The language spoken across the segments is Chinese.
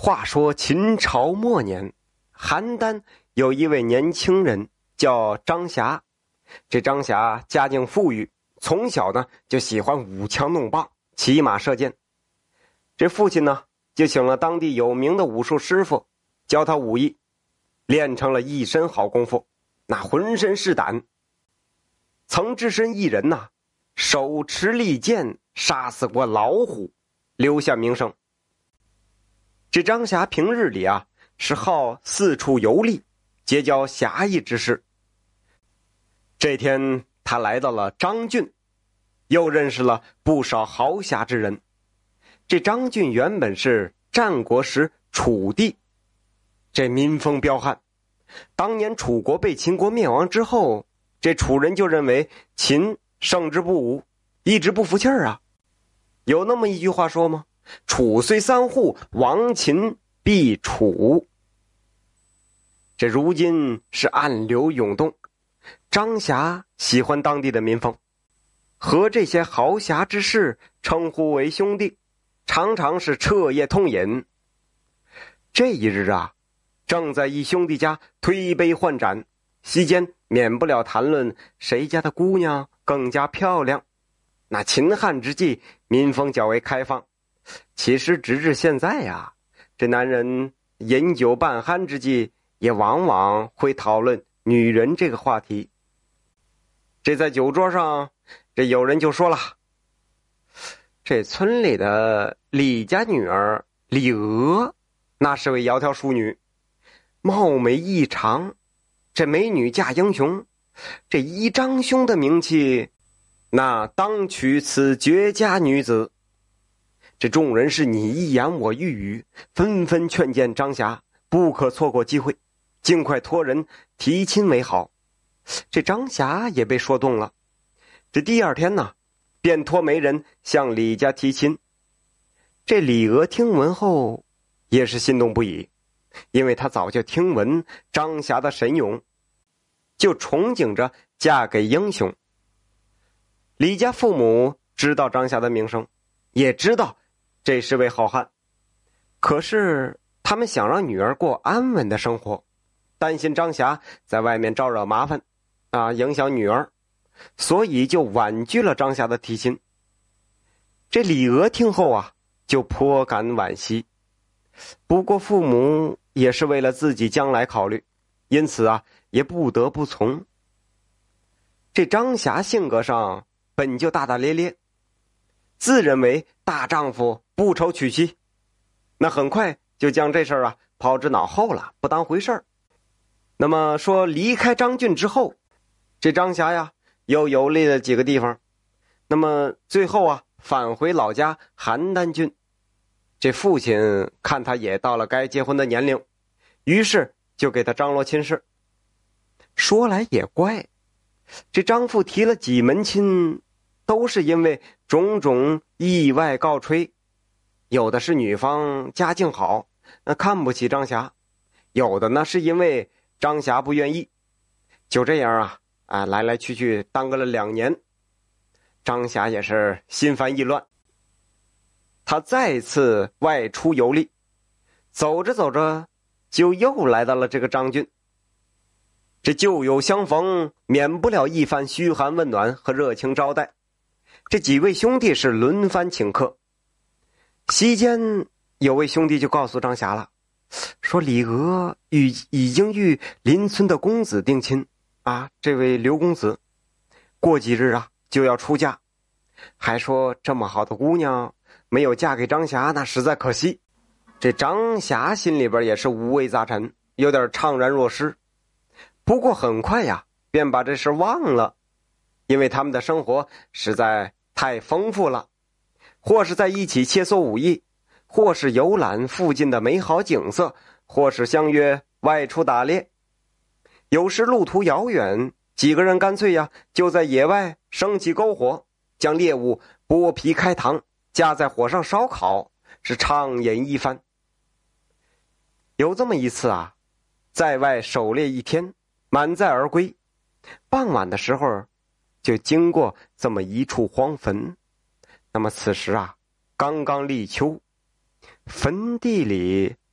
话说秦朝末年，邯郸有一位年轻人叫张霞。这张霞家境富裕，从小呢就喜欢舞枪弄棒、骑马射箭。这父亲呢就请了当地有名的武术师傅教他武艺，练成了一身好功夫，那浑身是胆。曾只身一人呐，手持利剑杀死过老虎，留下名声。这张霞平日里啊是好四处游历，结交侠义之士。这天他来到了张郡，又认识了不少豪侠之人。这张郡原本是战国时楚地，这民风彪悍。当年楚国被秦国灭亡之后，这楚人就认为秦胜之不武，一直不服气儿啊。有那么一句话说吗？楚虽三户，亡秦必楚。这如今是暗流涌动，张霞喜欢当地的民风，和这些豪侠之士称呼为兄弟，常常是彻夜痛饮。这一日啊，正在一兄弟家推杯换盏，席间免不了谈论谁家的姑娘更加漂亮。那秦汉之际，民风较为开放。其实直至现在呀，这男人饮酒半酣之际，也往往会讨论女人这个话题。这在酒桌上，这有人就说了，这村里的李家女儿李娥，那是位窈窕淑女，貌美异常，这美女嫁英雄，这依张兄的名气，那当娶此绝佳女子。这众人是你一言我一语，纷纷劝谏张霞不可错过机会，尽快托人提亲为好。这张霞也被说动了，这第二天呢，便托媒人向李家提亲。这李娥听闻后也是心动不已，因为她早就听闻张霞的神勇，就憧憬着嫁给英雄。李家父母知道张霞的名声，也知道这是位好汉，可是他们想让女儿过安稳的生活，担心张霞在外面招惹麻烦影响女儿，所以就婉拒了张霞的提亲。这李娥听后啊，就颇感惋惜，不过父母也是为了自己将来考虑，因此啊也不得不从。这张霞性格上本就大大咧咧，自认为大丈夫不愁娶妻，那很快就将这事儿抛之脑后了，不当回事儿。那么说离开张郡之后，这张霞呀又游历了几个地方，那么最后返回老家邯郸郡。这父亲看他也到了该结婚的年龄，于是就给他张罗亲事。说来也怪，这张父提了几门亲，都是因为种种意外告吹。有的是女方家境好，看不起张霞；有的呢是因为张霞不愿意。就这样来来去去耽搁了2年，张霞也是心烦意乱。他再次外出游历，走着走着就又来到了这个张郡。这旧友相逢，免不了一番嘘寒问暖和热情招待。这几位兄弟是轮番请客。席间有位兄弟就告诉张霞了，说李娥已经与邻村的公子定亲这位刘公子过几日就要出嫁，还说这么好的姑娘没有嫁给张霞，那实在可惜。这张霞心里边也是五味杂陈，有点怅然若失。不过很快便把这事忘了，因为他们的生活实在太丰富了，或是在一起切磋武艺，或是游览附近的美好景色，或是相约外出打猎。有时路途遥远，几个人干脆就在野外升起篝火，将猎物剥皮开膛，架在火上烧烤，是畅饮一番。有这么一次在外狩猎一天，满载而归，傍晚的时候就经过这么一处荒坟。那么此时刚刚立秋，坟地里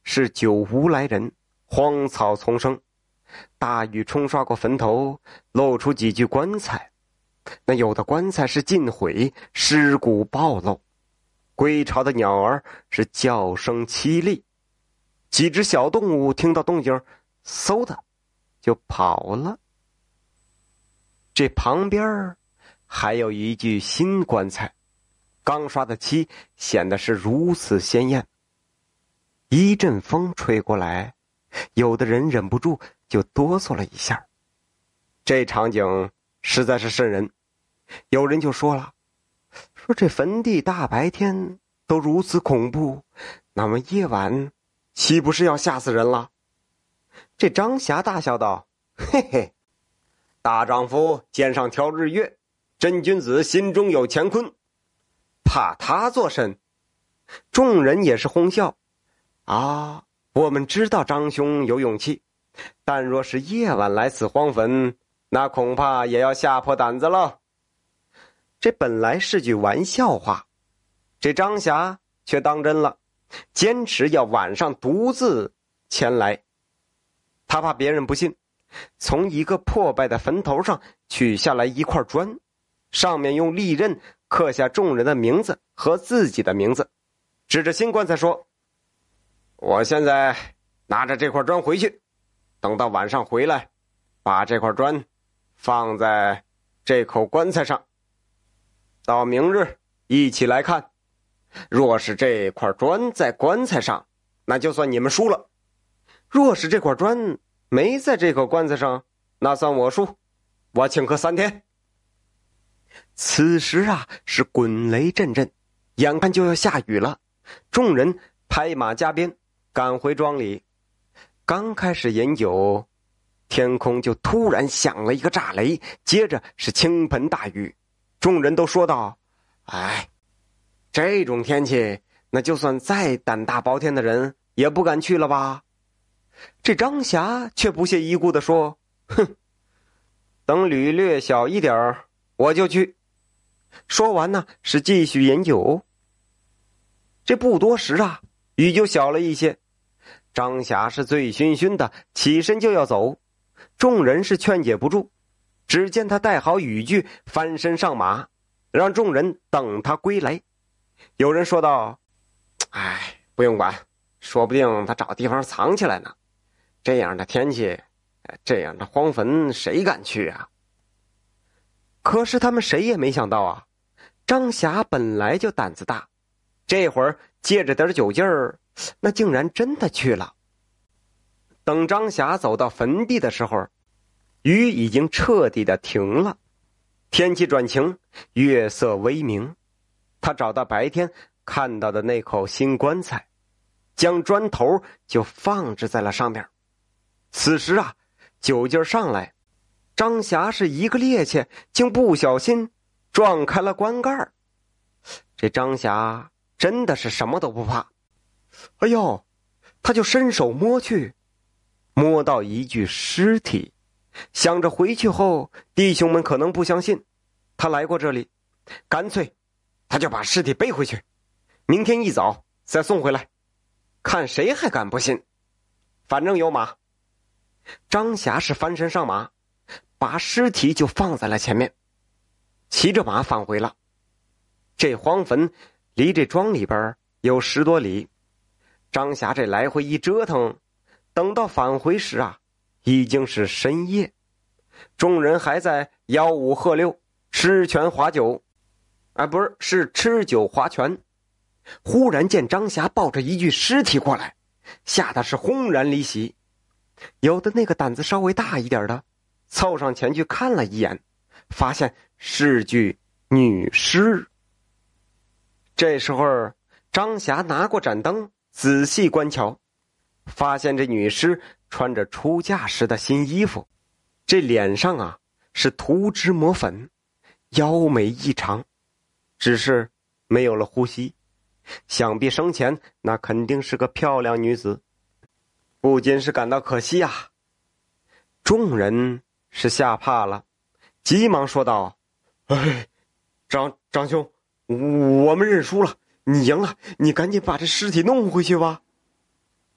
是久无来人，荒草丛生，大雨冲刷过坟头，露出几具棺材。那有的棺材是尽毁，尸骨暴露，归巢的鸟儿是叫声凄厉，几只小动物听到动静，嗖的就跑了。这旁边还有一具新棺材，刚刷的漆显得是如此鲜艳。一阵风吹过来，有的人忍不住就哆嗦了一下。这场景实在是瘆人。有人就说了，说这坟地大白天都如此恐怖，那么夜晚岂不是要吓死人了？这张霞大笑道，嘿嘿，大丈夫肩上挑日月，真君子心中有乾坤，怕他作甚？众人也是哄笑，啊，我们知道张兄有勇气，但若是夜晚来此荒坟，那恐怕也要吓破胆子了。这本来是句玩笑话，这张霞却当真了，坚持要晚上独自前来。他怕别人不信，从一个破败的坟头上取下来一块砖，上面用利刃刻下众人的名字和自己的名字，指着新棺材说，我现在拿着这块砖回去，等到晚上回来，把这块砖放在这口棺材上，到明日一起来看，若是这块砖在棺材上，那就算你们输了，若是这块砖没在这口棺材上，那算我输，我请客3天。此时啊，是滚雷阵阵，眼看就要下雨了，众人拍马加鞭赶回庄里。刚开始饮酒，天空就突然响了一个炸雷，接着是倾盆大雨。众人都说道，哎，这种天气，那就算再胆大包天的人也不敢去了吧？这张霞却不屑一顾地说，哼，等雨略小一点我就去。说完呢，是继续饮酒。这不多时啊，雨就小了一些。张霞是醉醺醺的，起身就要走，众人是劝解不住。只见他带好雨具，翻身上马，让众人等他归来。有人说道，哎，不用管，说不定他找地方藏起来呢。这样的天气，这样的荒坟，谁敢去啊？可是他们谁也没想到啊，张霞本来就胆子大，这会儿借着点酒劲儿，那竟然真的去了。等张霞走到坟地的时候，雨已经彻底的停了，天气转晴，月色微明。他找到白天看到的那口新棺材，将砖头就放置在了上面。此时啊，酒劲上来，张霞是一个趔趄，竟不小心撞开了棺盖。这张霞真的是什么都不怕，哎呦，他就伸手摸去，摸到一具尸体，想着回去后弟兄们可能不相信他来过这里，干脆他就把尸体背回去，明天一早再送回来，看谁还敢不信。反正有马。张霞是翻身上马，把尸体就放在了前面，骑着马返回了。这荒坟离这庄里边有10多里，张霞这来回一折腾，等到返回时啊，已经是深夜。众人还在吆五喝六，吃拳划酒，是吃酒划拳。忽然见张霞抱着一具尸体过来，吓得是轰然离席。有的那个胆子稍微大一点的，凑上前去看了一眼，发现是具女尸。这时候张霞拿过盏灯仔细观瞧，发现这女尸穿着出嫁时的新衣服，这脸上啊是涂脂抹粉，妖美异常，只是没有了呼吸，想必生前那肯定是个漂亮女子，不禁是感到可惜啊。众人是吓怕了，急忙说道，哎，张兄，我们认输了，你赢了，你赶紧把这尸体弄回去吧。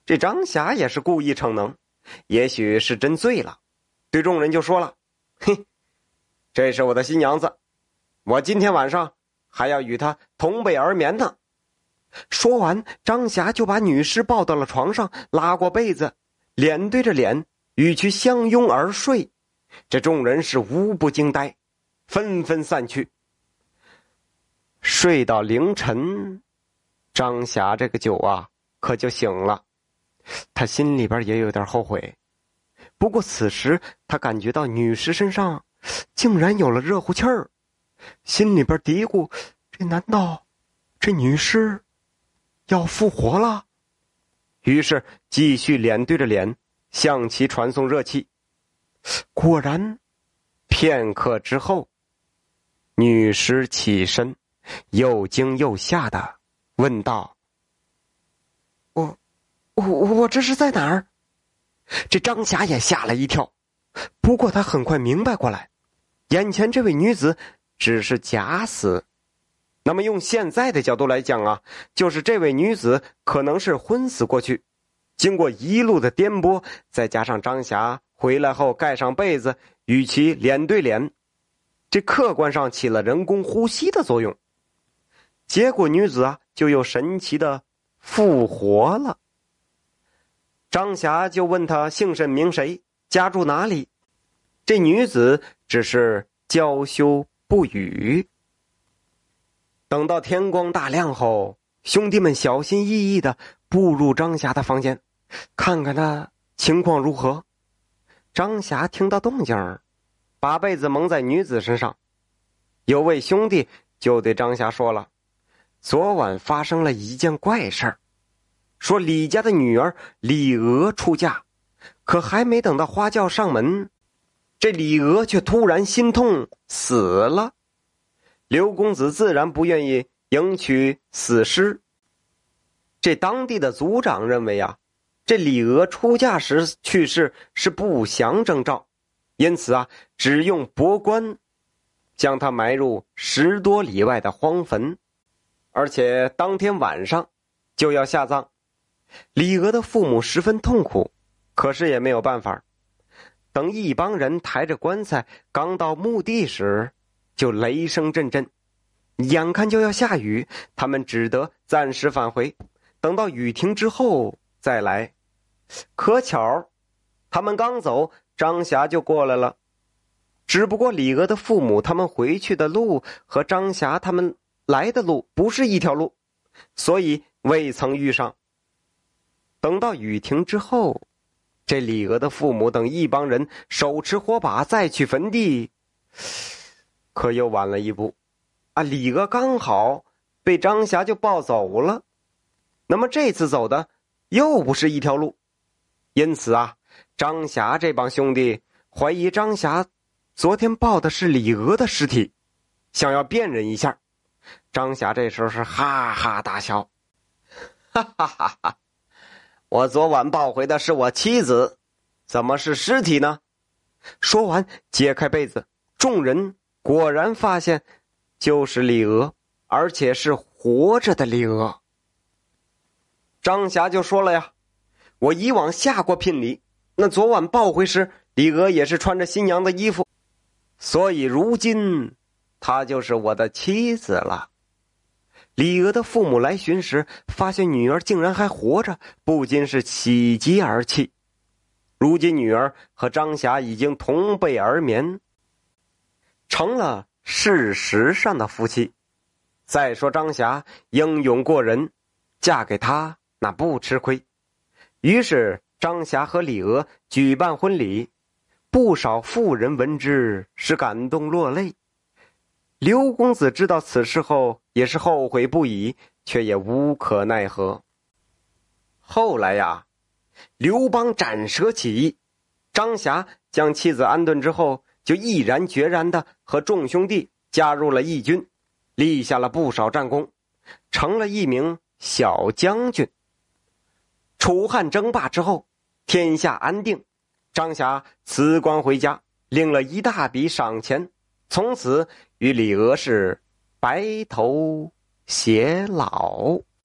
这张霞也是故意逞能，也许是真醉了，对众人就说了：“嘿，这是我的新娘子，我今天晚上还要与她同被而眠呢。”说完，张霞就把女尸抱到了床上，拉过被子，脸对着脸与其相拥而睡。这众人是无不惊呆，纷纷散去。睡到凌晨，张霞这个酒啊可就醒了，他心里边也有点后悔。不过此时他感觉到女尸身上竟然有了热乎气儿，心里边嘀咕：这难道这女尸要复活了？于是继续脸对着脸向其传送热气。果然，片刻之后，女尸起身，又惊又吓的问道：“我这是在哪儿？”这张霞也吓了一跳，不过他很快明白过来，眼前这位女子只是假死。那么用现在的角度来讲啊，就是这位女子可能是昏死过去，经过一路的颠簸，再加上张霞回来后盖上被子与其脸对脸，这客观上起了人工呼吸的作用，结果女子啊就又神奇的复活了。张霞就问他姓甚名谁，家住哪里，这女子只是娇羞不语。等到天光大亮后，兄弟们小心翼翼的步入张霞的房间，看看他情况如何。张霞听到动静，把被子蒙在女子身上。有位兄弟就对张霞说了，昨晚发生了一件怪事儿，说李家的女儿李娥出嫁，可还没等到花轿上门，这李娥却突然心痛死了。刘公子自然不愿意迎娶死尸。这当地的族长认为啊，这李娥出嫁时去世是不祥征兆，因此啊，只用帛棺将她埋入10多里外的荒坟，而且当天晚上就要下葬。李娥的父母十分痛苦，可是也没有办法。等一帮人抬着棺材刚到墓地时，就雷声阵阵，眼看就要下雨，他们只得暂时返回，等到雨停之后再来。可巧他们刚走，张霞就过来了。只不过李娥的父母他们回去的路和张霞他们来的路不是一条路，所以未曾遇上。等到雨停之后，这李娥的父母等一帮人手持火把再去坟地，可又晚了一步啊！李娥刚好被张霞就抱走了，那么这次走的又不是一条路，因此啊，张霞这帮兄弟怀疑张霞昨天抱的是李娥的尸体，想要辨认一下。张霞这时候是哈哈大笑，哈哈哈哈！我昨晚抱回的是我妻子，怎么是尸体呢？说完揭开被子，众人果然发现就是李娥，而且是活着的李娥。张霞就说了呀，我以往下过聘礼，那昨晚抱回时李娥也是穿着新娘的衣服，所以如今她就是我的妻子了。李娥的父母来巡时，发现女儿竟然还活着，不禁是喜极而泣。如今女儿和张霞已经同被而眠，成了事实上的夫妻。再说张霞英勇过人，嫁给他那不吃亏。于是张霞和李娥举办婚礼，不少妇人闻之是感动落泪。刘公子知道此事后也是后悔不已，却也无可奈何。后来呀，刘邦斩蛇起义，张霞将妻子安顿之后，就毅然决然地和众兄弟加入了义军，立下了不少战功，成了一名小将军。楚汉争霸之后，天下安定，张霞辞官回家，领了一大笔赏钱，从此与李娥是白头偕老。